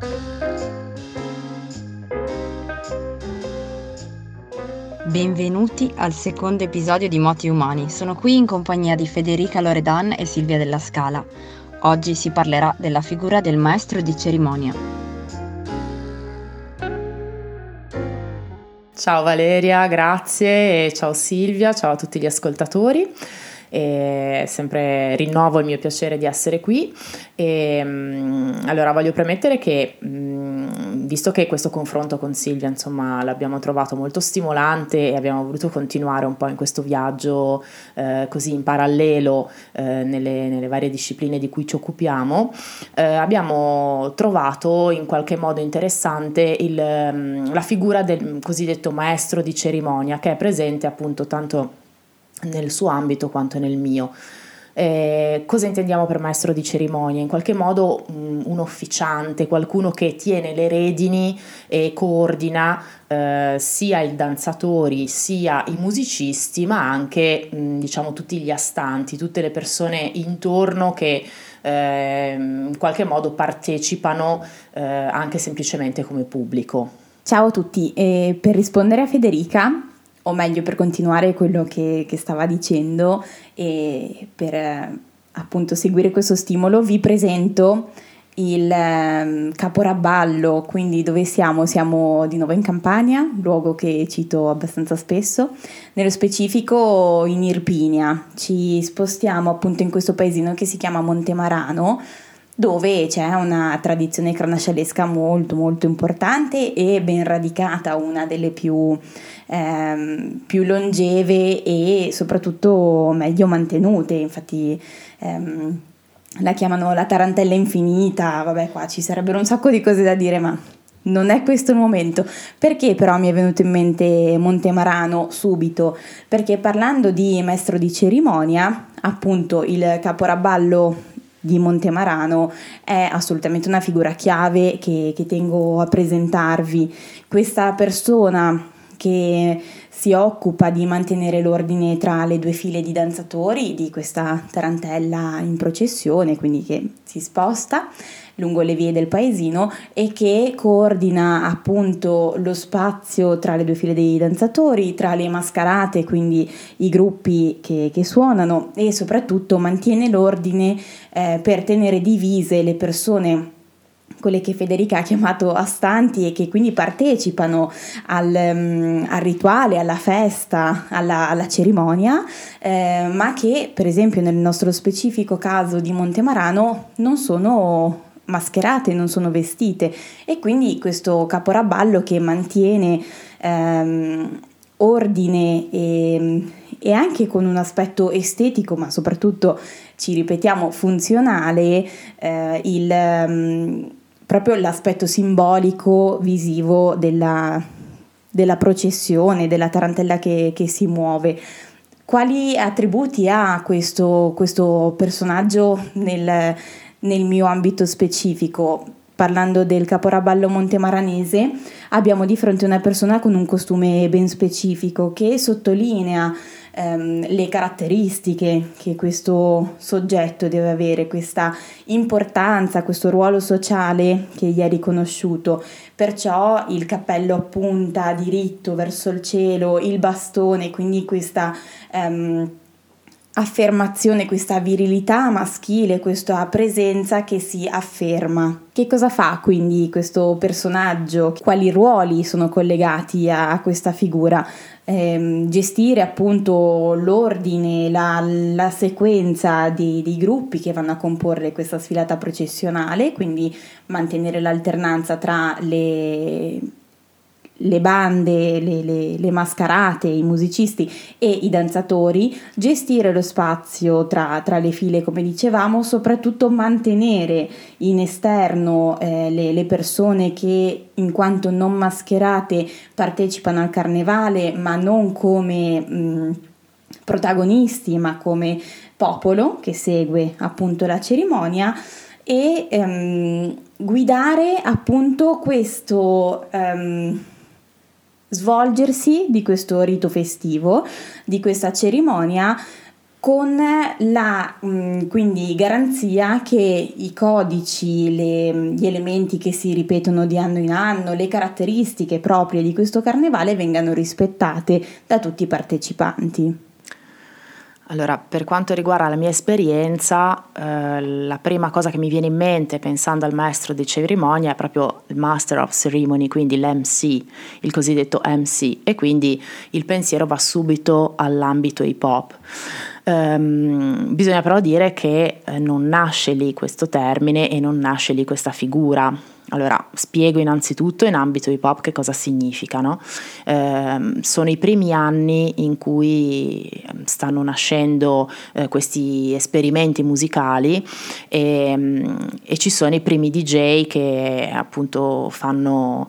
Benvenuti al secondo episodio di Moti Umani. Sono qui in compagnia di Federica Loredan e Silvia Della Scala. Oggi si parlerà della figura del maestro di cerimonia. Ciao Valeria, grazie e ciao Silvia, ciao a tutti gli ascoltatori. E sempre rinnovo il mio piacere di essere qui e allora voglio premettere che visto che questo confronto con Silvia insomma l'abbiamo trovato molto stimolante e abbiamo voluto continuare un po' in questo viaggio così in parallelo nelle varie discipline di cui ci occupiamo, abbiamo trovato in qualche modo interessante la figura del cosiddetto maestro di cerimonia, che è presente appunto tanto nel suo ambito quanto nel mio. Cosa intendiamo per maestro di cerimonia? In qualche modo un officiante, qualcuno che tiene le redini e coordina sia i danzatori sia i musicisti, ma anche diciamo tutti gli astanti, tutte le persone intorno che in qualche modo partecipano anche semplicemente come pubblico. Ciao a tutti, per rispondere a Federica, o meglio per continuare quello che stava dicendo e per appunto seguire questo stimolo, vi presento il Caporabballo. Quindi dove siamo? Siamo di nuovo in Campania, luogo che cito abbastanza spesso, nello specifico in Irpinia. Ci spostiamo appunto in questo paesino che si chiama Montemarano, dove c'è una tradizione carnascialesca molto molto importante e ben radicata, una delle più longeve e soprattutto meglio mantenute. Infatti la chiamano la tarantella infinita. Vabbè, qua ci sarebbero un sacco di cose da dire, ma non è questo il momento. Perché però mi è venuto in mente Montemarano subito? Perché parlando di maestro di cerimonia, appunto il caporabballo di Montemarano è assolutamente una figura chiave che tengo a presentarvi. Questa persona che si occupa di mantenere l'ordine tra le due file di danzatori di questa tarantella in processione, quindi che si sposta lungo le vie del paesino e che coordina appunto lo spazio tra le due file dei danzatori, tra le mascherate, quindi i gruppi che suonano, e soprattutto mantiene l'ordine per tenere divise le persone, quelle che Federica ha chiamato astanti e che quindi partecipano al rituale, alla festa, alla cerimonia, ma che per esempio nel nostro specifico caso di Montemarano non sono mascherate, non sono vestite, e quindi questo caporabballo che mantiene ordine e anche con un aspetto estetico, ma soprattutto, ci ripetiamo, funzionale, proprio l'aspetto simbolico visivo della processione, della tarantella che si muove. Quali attributi ha questo personaggio nel mio ambito specifico? Parlando del caporabballo montemaranese, abbiamo di fronte una persona con un costume ben specifico che sottolinea le caratteristiche che questo soggetto deve avere, questa importanza, questo ruolo sociale che gli è riconosciuto. Perciò il cappello a punta diritto verso il cielo, il bastone, quindi questa affermazione, questa virilità maschile, questa presenza che si afferma. Che cosa fa quindi questo personaggio? Quali ruoli sono collegati a questa figura? Gestire appunto l'ordine, la sequenza dei gruppi che vanno a comporre questa sfilata processionale, quindi mantenere l'alternanza tra le bande, le mascherate, i musicisti e i danzatori, gestire lo spazio tra le file, come dicevamo, soprattutto mantenere in esterno le persone che, in quanto non mascherate, partecipano al carnevale, ma non come protagonisti, ma come popolo che segue appunto la cerimonia, e guidare appunto questo svolgersi di questo rito festivo, di questa cerimonia, con la quindi garanzia che i codici, gli elementi che si ripetono di anno in anno, le caratteristiche proprie di questo carnevale vengano rispettate da tutti i partecipanti. Allora, per quanto riguarda la mia esperienza, la prima cosa che mi viene in mente pensando al maestro di cerimonia è proprio il Master of Ceremony, quindi l'MC, il cosiddetto MC, e quindi il pensiero va subito all'ambito hip hop. Bisogna però dire che non nasce lì questo termine e non nasce lì questa figura. Allora, spiego innanzitutto in ambito hip hop che cosa significa, no? Sono i primi anni in cui stanno nascendo questi esperimenti musicali e ci sono i primi DJ che appunto fanno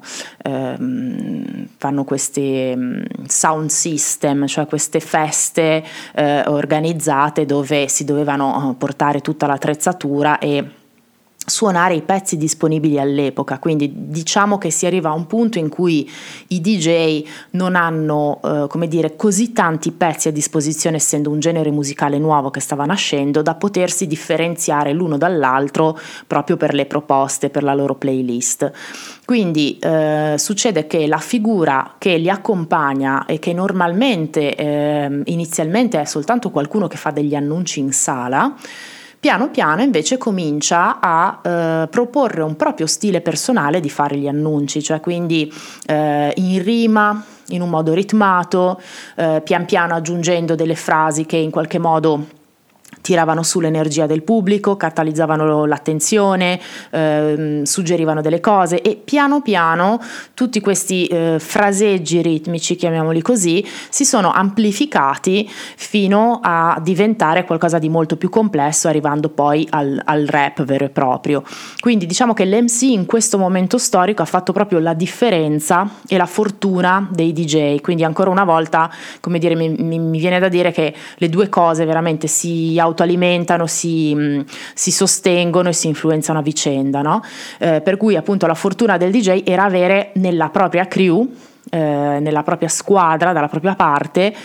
queste sound system, cioè queste feste organizzate dove si dovevano portare tutta l'attrezzatura e suonare i pezzi disponibili all'epoca. Quindi diciamo che si arriva a un punto in cui i DJ non hanno così tanti pezzi a disposizione, essendo un genere musicale nuovo che stava nascendo, da potersi differenziare l'uno dall'altro proprio per le proposte, per la loro playlist. Quindi succede che la figura che li accompagna e che normalmente inizialmente è soltanto qualcuno che fa degli annunci in sala, piano piano invece comincia a proporre un proprio stile personale di fare gli annunci, cioè quindi in rima, in un modo ritmato, pian piano aggiungendo delle frasi che in qualche modo tiravano su l'energia del pubblico, catalizzavano l'attenzione, suggerivano delle cose, e piano piano tutti questi fraseggi ritmici, chiamiamoli così, si sono amplificati fino a diventare qualcosa di molto più complesso, arrivando poi al rap vero e proprio. Quindi diciamo che l'MC in questo momento storico ha fatto proprio la differenza e la fortuna dei DJ. Quindi ancora una volta, come dire, mi viene da dire che le due cose veramente si autoalimentano, si sostengono e si influenzano a vicenda, no? Per cui appunto la fortuna del DJ era avere nella propria crew, nella propria squadra, dalla propria parte,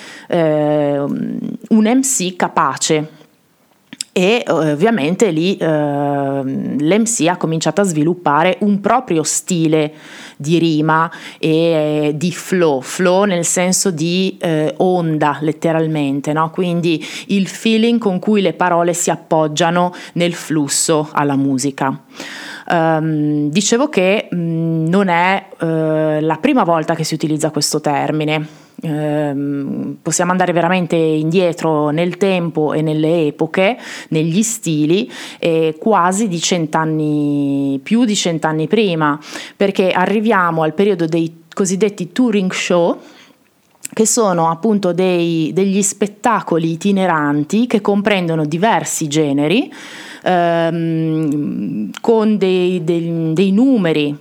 un MC capace. E ovviamente lì l'MC ha cominciato a sviluppare un proprio stile di rima e di flow nel senso di onda, letteralmente, no? Quindi il feeling con cui le parole si appoggiano nel flusso alla musica. Dicevo che non è la prima volta che si utilizza questo termine. Possiamo andare veramente indietro nel tempo e nelle epoche, negli stili, quasi di 100 anni, più di 100 anni prima, perché arriviamo al periodo dei cosiddetti touring show, che sono appunto degli spettacoli itineranti che comprendono diversi generi, con dei numeri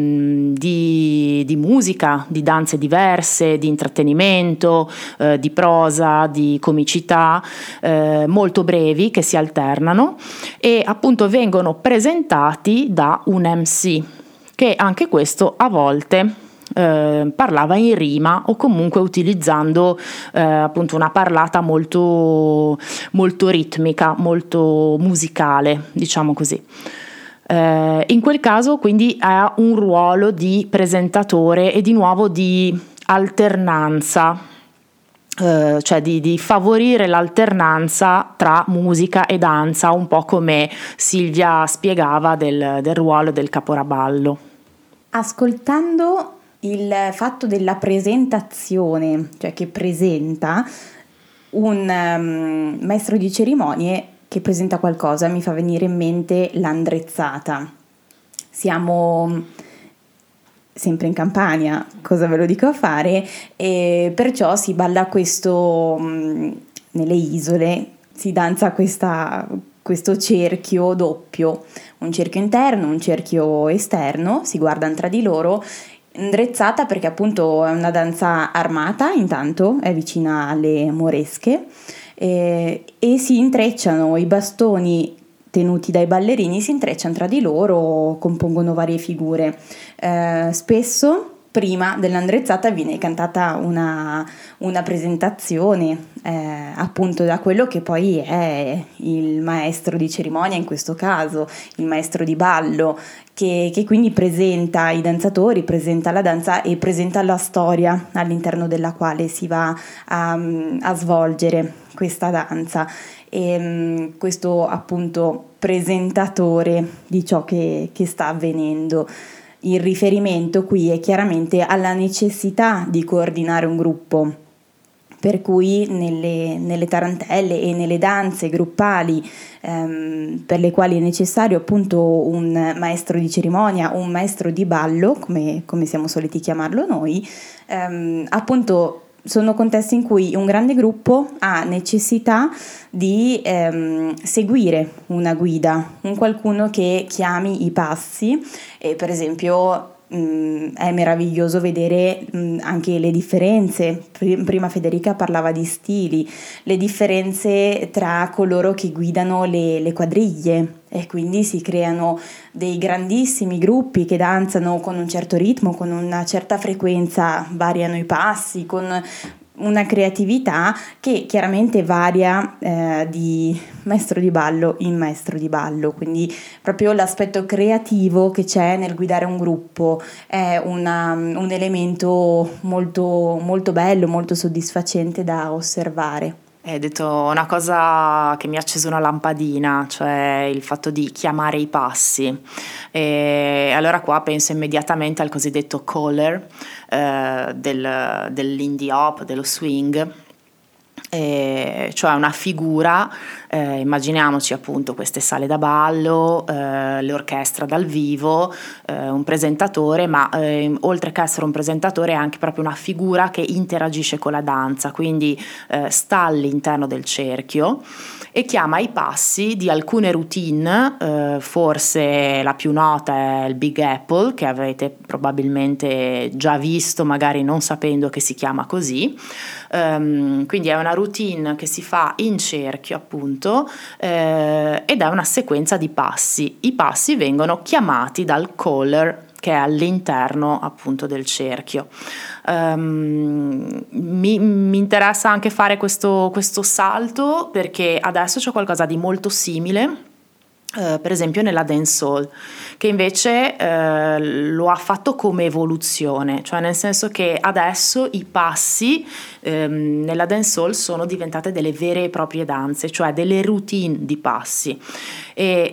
di musica, di danze diverse, di intrattenimento, di prosa, di comicità, molto brevi, che si alternano e appunto vengono presentati da un MC, che anche questo a volte parlava in rima o comunque utilizzando appunto una parlata molto, molto ritmica, molto musicale, diciamo così. In quel caso quindi ha un ruolo di presentatore e di nuovo di alternanza, cioè di favorire l'alternanza tra musica e danza, un po' come Silvia spiegava del ruolo del caporaballo. Ascoltando il fatto della presentazione, cioè che presenta un maestro di cerimonie che presenta qualcosa, mi fa venire in mente l'andrezzata. Siamo sempre in Campania, cosa ve lo dico a fare, e perciò si balla questo nelle isole, si danza questo cerchio doppio, un cerchio interno, un cerchio esterno, si guardano tra di loro. Andrezzata perché appunto è una danza armata, intanto è vicina alle moresche, e si intrecciano i bastoni tenuti dai ballerini, si intrecciano tra di loro, compongono varie figure. Spesso prima dell'andrezzata viene cantata una presentazione appunto da quello che poi è il maestro di cerimonia, in questo caso il maestro di ballo, che quindi presenta i danzatori, presenta la danza e presenta la storia all'interno della quale si va a svolgere questa danza. E questo appunto presentatore di ciò che sta avvenendo. Il riferimento qui è chiaramente alla necessità di coordinare un gruppo, per cui nelle tarantelle e nelle danze gruppali per le quali è necessario appunto un maestro di cerimonia, un maestro di ballo, come siamo soliti chiamarlo noi, appunto sono contesti in cui un grande gruppo ha necessità di seguire una guida, un qualcuno che chiami i passi e per esempio è meraviglioso vedere anche le differenze. Prima Federica parlava di stili, le differenze tra coloro che guidano le quadriglie e quindi si creano dei grandissimi gruppi che danzano con un certo ritmo, con una certa frequenza, variano i passi, con una creatività che chiaramente varia di maestro di ballo in maestro di ballo, quindi proprio l'aspetto creativo che c'è nel guidare un gruppo è un elemento molto, molto bello, molto soddisfacente da osservare. Hai detto una cosa che mi ha acceso una lampadina, cioè il fatto di chiamare i passi. E allora qua penso immediatamente al cosiddetto caller dell'indie hop, dello swing, cioè una figura, immaginiamoci appunto queste sale da ballo, l'orchestra dal vivo, un presentatore, ma oltre che essere un presentatore è anche proprio una figura che interagisce con la danza, quindi sta all'interno del cerchio e chiama i passi di alcune routine, forse la più nota è il Big Apple, che avete probabilmente già visto, magari non sapendo che si chiama così. Quindi è una routine che si fa in cerchio appunto ed è una sequenza di passi. I passi vengono chiamati dal caller che è all'interno appunto del cerchio. Mi interessa anche fare questo salto perché adesso c'è qualcosa di molto simile. Per esempio nella dancehall, che invece lo ha fatto come evoluzione, cioè nel senso che adesso i passi nella dancehall sono diventate delle vere e proprie danze, cioè delle routine di passi e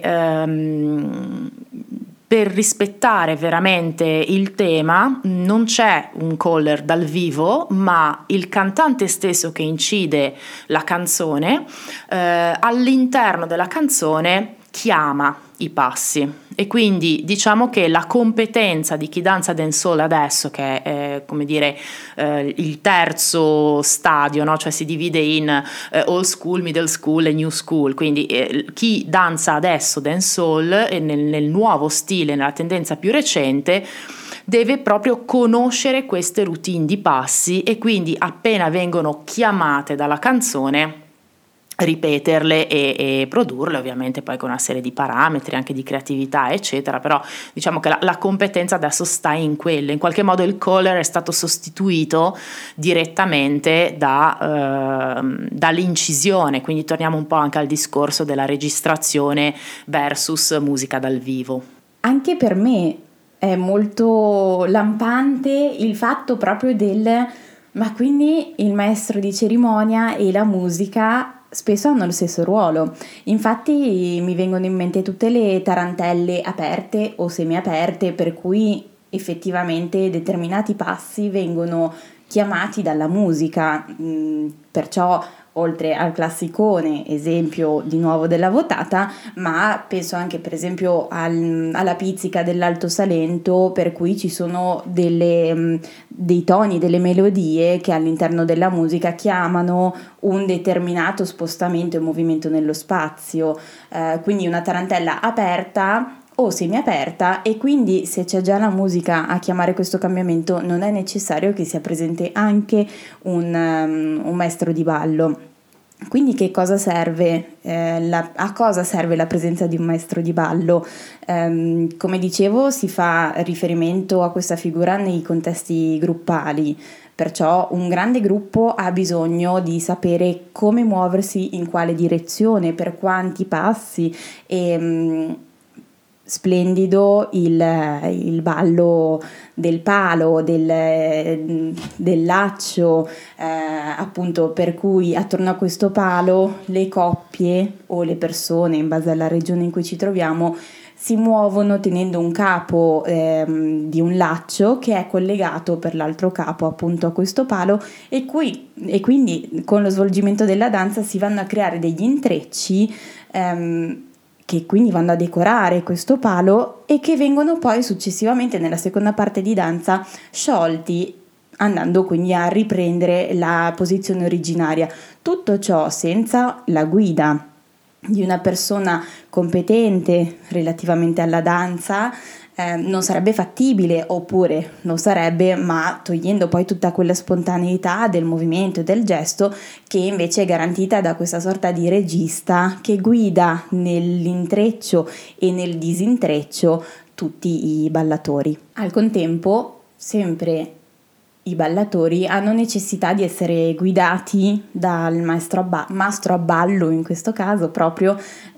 per rispettare veramente il tema non c'è un caller dal vivo, ma il cantante stesso che incide la canzone all'interno della canzone chiama i passi e quindi diciamo che la competenza di chi danza dancehall adesso, che è come dire il terzo stadio, no? Cioè si divide in old school, middle school e new school, quindi chi danza adesso dancehall e nel nuovo stile, nella tendenza più recente, deve proprio conoscere queste routine di passi e quindi appena vengono chiamate dalla canzone ripeterle e produrle, ovviamente poi con una serie di parametri anche di creatività eccetera, però diciamo che la competenza adesso sta in quelle. In qualche modo il caller è stato sostituito direttamente dall'incisione, quindi torniamo un po' anche al discorso della registrazione versus musica dal vivo. Anche per me è molto lampante il fatto proprio ma quindi il maestro di cerimonia e la musica spesso hanno lo stesso ruolo. Infatti mi vengono in mente tutte le tarantelle aperte o semiaperte, per cui effettivamente determinati passi vengono chiamati dalla musica, perciò oltre al classicone, esempio di nuovo della votata, ma penso anche per esempio alla pizzica dell'Alto Salento, per cui ci sono dei toni, delle melodie che all'interno della musica chiamano un determinato spostamento e movimento nello spazio, quindi una tarantella aperta o semiaperta, e quindi se c'è già la musica a chiamare questo cambiamento non è necessario che sia presente anche un maestro di ballo. Quindi che cosa serve? A cosa serve la presenza di un maestro di ballo? Come dicevo, si fa riferimento a questa figura nei contesti gruppali, perciò un grande gruppo ha bisogno di sapere come muoversi, in quale direzione, per quanti passi e splendido il ballo del palo, del laccio, appunto, per cui attorno a questo palo le coppie o le persone, in base alla regione in cui ci troviamo, si muovono tenendo un capo di un laccio che è collegato per l'altro capo appunto a questo palo e quindi con lo svolgimento della danza si vanno a creare degli intrecci che quindi vanno a decorare questo palo e che vengono poi successivamente nella seconda parte di danza sciolti, andando quindi a riprendere la posizione originaria. Tutto ciò senza la guida di una persona competente relativamente alla danza non sarebbe fattibile, oppure lo sarebbe, ma togliendo poi tutta quella spontaneità del movimento e del gesto che invece è garantita da questa sorta di regista che guida nell'intreccio e nel disintreccio tutti i ballatori. Al contempo, sempre i ballatori hanno necessità di essere guidati dal mastro a ballo, in questo caso proprio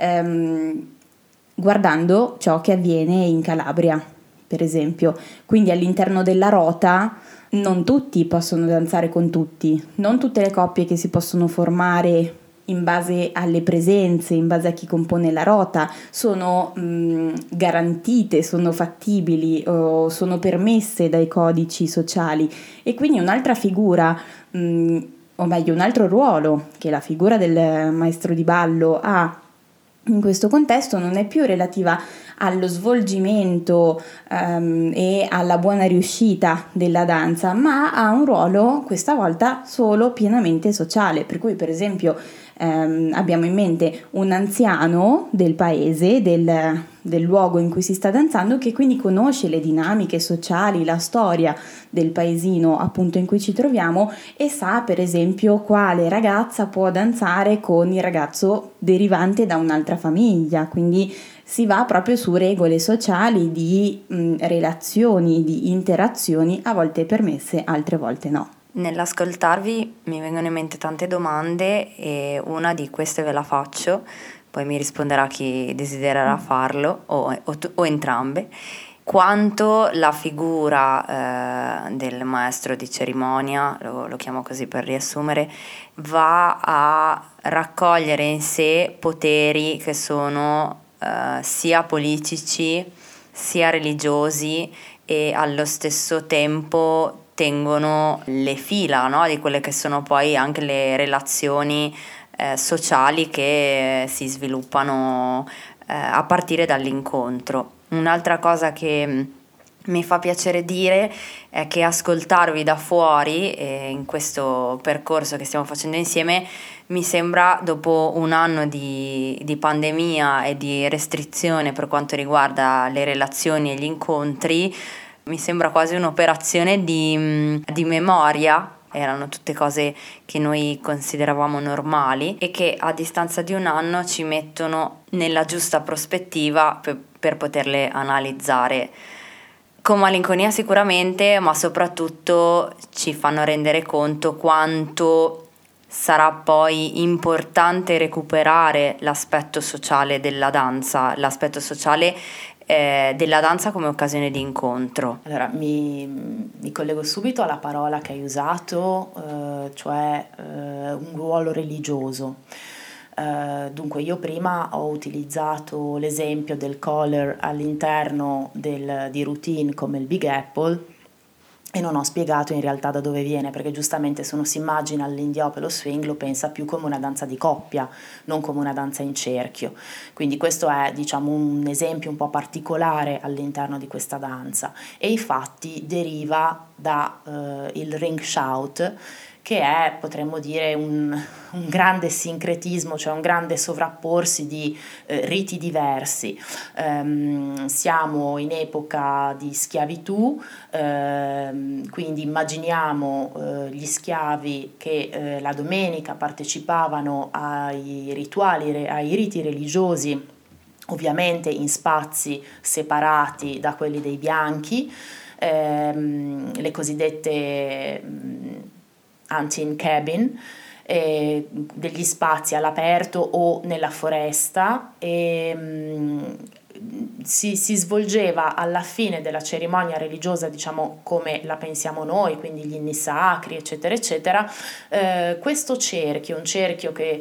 guardando ciò che avviene in Calabria, per esempio. Quindi all'interno della rota non tutti possono danzare con tutti, non tutte le coppie che si possono formare in base alle presenze, in base a chi compone la rota, sono garantite, sono fattibili o sono permesse dai codici sociali. E quindi un'altra figura, o meglio un altro ruolo che la figura del maestro di ballo ha in questo contesto non è più relativa allo svolgimento e alla buona riuscita della danza, ma ha un ruolo questa volta solo pienamente sociale, per cui per esempio abbiamo in mente un anziano del paese, del luogo in cui si sta danzando, che quindi conosce le dinamiche sociali, la storia del paesino appunto in cui ci troviamo e sa per esempio quale ragazza può danzare con il ragazzo derivante da un'altra famiglia, quindi si va proprio su regole sociali di relazioni, di interazioni, a volte permesse, altre volte no. Nell'ascoltarvi mi vengono in mente tante domande e una di queste ve la faccio, poi mi risponderà chi desidererà farlo o entrambe. Quanto la figura del maestro di cerimonia, lo chiamo così per riassumere, va a raccogliere in sé poteri che sono sia politici sia religiosi e allo stesso tempo tengono le fila, no? Di quelle che sono poi anche le relazioni sociali che si sviluppano a partire dall'incontro. Un'altra cosa che mi fa piacere dire è che ascoltarvi da fuori in questo percorso che stiamo facendo insieme mi sembra, dopo un anno di pandemia e di restrizione per quanto riguarda le relazioni e gli incontri, mi sembra quasi un'operazione di memoria. Erano tutte cose che noi consideravamo normali e che a distanza di un anno ci mettono nella giusta prospettiva per poterle analizzare. Con malinconia sicuramente, ma soprattutto ci fanno rendere conto quanto sarà poi importante recuperare l'aspetto sociale della danza, l'aspetto sociale della danza come occasione di incontro. Allora, mi collego subito alla parola che hai usato, cioè un ruolo religioso. Dunque io prima ho utilizzato l'esempio del collar all'interno di routine come il Big Apple e non ho spiegato in realtà da dove viene, perché giustamente se uno si immagina l'indie hop e lo swing lo pensa più come una danza di coppia, non come una danza in cerchio. Quindi questo è, diciamo, un esempio un po' particolare all'interno di questa danza e infatti deriva da il ring shout, che è, potremmo dire, un grande sincretismo, cioè un grande sovrapporsi di riti diversi. Siamo in epoca di schiavitù, quindi immaginiamo gli schiavi che la domenica partecipavano ai rituali, ai riti religiosi, ovviamente in spazi separati da quelli dei bianchi, le cosiddette hunting cabin, degli spazi all'aperto o nella foresta, e si svolgeva alla fine della cerimonia religiosa, diciamo come la pensiamo noi, quindi gli inni sacri, eccetera, eccetera, questo cerchio, un cerchio che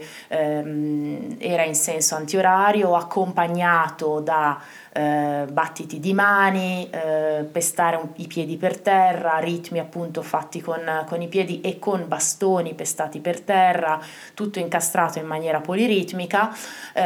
era in senso antiorario, accompagnato da battiti di mani, pestare i piedi per terra, ritmi appunto fatti con i piedi e con bastoni pestati per terra, tutto incastrato in maniera poliritmica.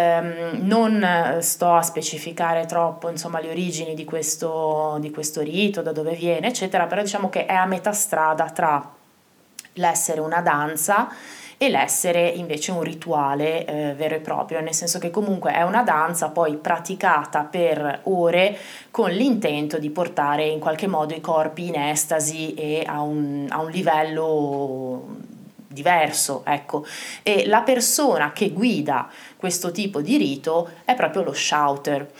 Non sto a specificare troppo, insomma, le origini di questo rito, da dove viene, eccetera, però diciamo che è a metà strada tra l'essere una danza e l'essere invece un rituale vero e proprio, nel senso che comunque è una danza poi praticata per ore con l'intento di portare in qualche modo i corpi in estasi e a un livello diverso, ecco. E la persona che guida questo tipo di rito è proprio lo shouter.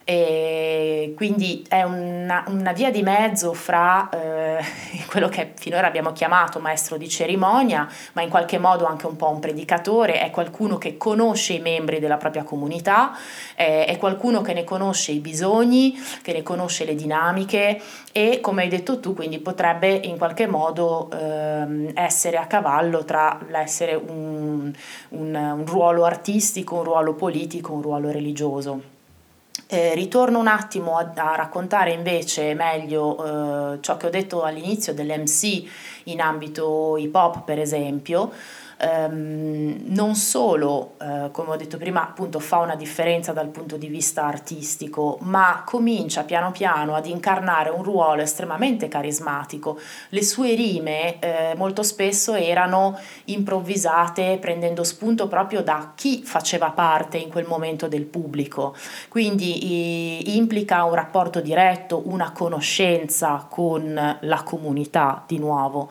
E quindi è una via di mezzo fra quello che finora abbiamo chiamato maestro di cerimonia, ma in qualche modo anche un po' un predicatore. È qualcuno che conosce i membri della propria comunità, è qualcuno che ne conosce i bisogni, che ne conosce le dinamiche e, come hai detto tu, quindi potrebbe in qualche modo essere a cavallo tra l'essere un ruolo artistico, un ruolo politico, un ruolo religioso. Ritorno un attimo a raccontare invece meglio ciò che ho detto all'inizio dell'MC in ambito hip hop, per esempio. Non solo, come ho detto prima, appunto fa una differenza dal punto di vista artistico, ma comincia piano piano ad incarnare un ruolo estremamente carismatico. Le sue rime molto spesso erano improvvisate prendendo spunto proprio da chi faceva parte in quel momento del pubblico, quindi implica un rapporto diretto, una conoscenza con la comunità di nuovo.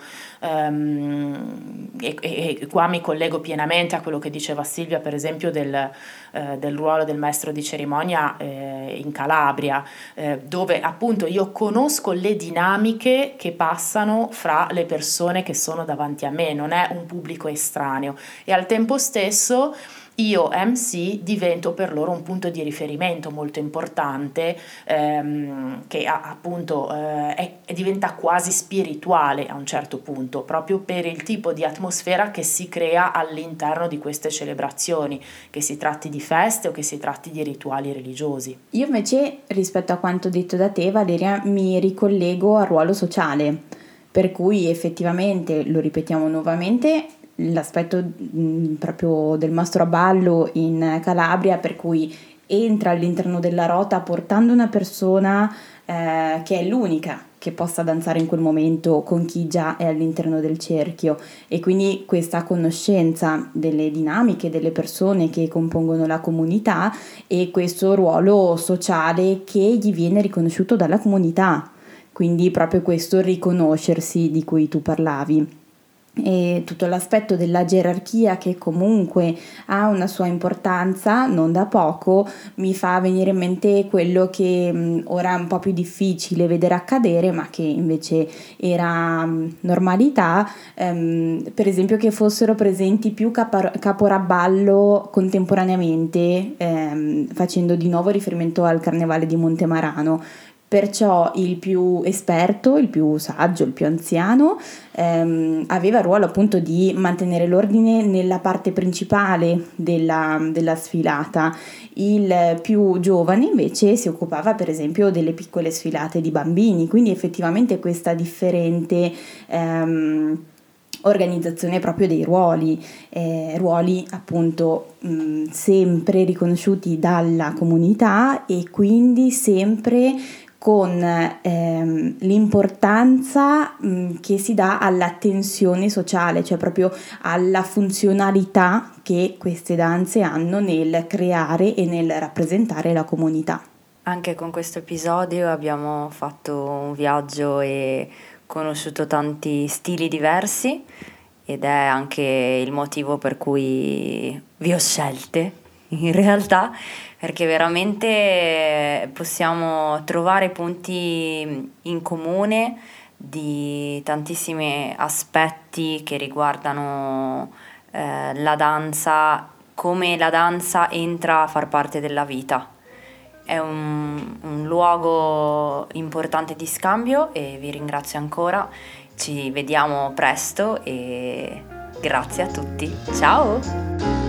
E qua mi collego pienamente a quello che diceva Silvia, per esempio del ruolo del maestro di cerimonia in Calabria, dove appunto io conosco le dinamiche che passano fra le persone che sono davanti a me, non è un pubblico estraneo, e al tempo stesso io MC divento per loro un punto di riferimento molto importante, che appunto diventa quasi spirituale a un certo punto, proprio per il tipo di atmosfera che si crea all'interno di queste celebrazioni, che si tratti di feste o che si tratti di rituali religiosi. Io invece, rispetto a quanto detto da te, Valeria, mi ricollego al ruolo sociale, per cui effettivamente, lo ripetiamo nuovamente, l'aspetto proprio del mastro a ballo in Calabria, per cui entra all'interno della rota portando una persona che è l'unica che possa danzare in quel momento con chi già è all'interno del cerchio, e quindi questa conoscenza delle dinamiche delle persone che compongono la comunità e questo ruolo sociale che gli viene riconosciuto dalla comunità, quindi proprio questo riconoscersi di cui tu parlavi. E tutto l'aspetto della gerarchia, che comunque ha una sua importanza non da poco, mi fa venire in mente quello che ora è un po' più difficile vedere accadere, ma che invece era normalità, per esempio che fossero presenti più caporabballo contemporaneamente, facendo di nuovo riferimento al Carnevale di Montemarano. Perciò il più esperto, il più saggio, il più anziano aveva il ruolo appunto di mantenere l'ordine nella parte principale della sfilata. Il più giovane invece si occupava per esempio delle piccole sfilate di bambini, quindi effettivamente questa differente organizzazione proprio dei ruoli appunto sempre riconosciuti dalla comunità e quindi sempre con l'importanza che si dà alla tensione sociale, cioè proprio alla funzionalità che queste danze hanno nel creare e nel rappresentare la comunità. Anche con questo episodio abbiamo fatto un viaggio e conosciuto tanti stili diversi, ed è anche il motivo per cui vi ho scelte in realtà, perché veramente possiamo trovare punti in comune di tantissimi aspetti che riguardano la danza, come la danza entra a far parte della vita. È un luogo importante di scambio e vi ringrazio ancora. Ci vediamo presto e grazie a tutti. Ciao!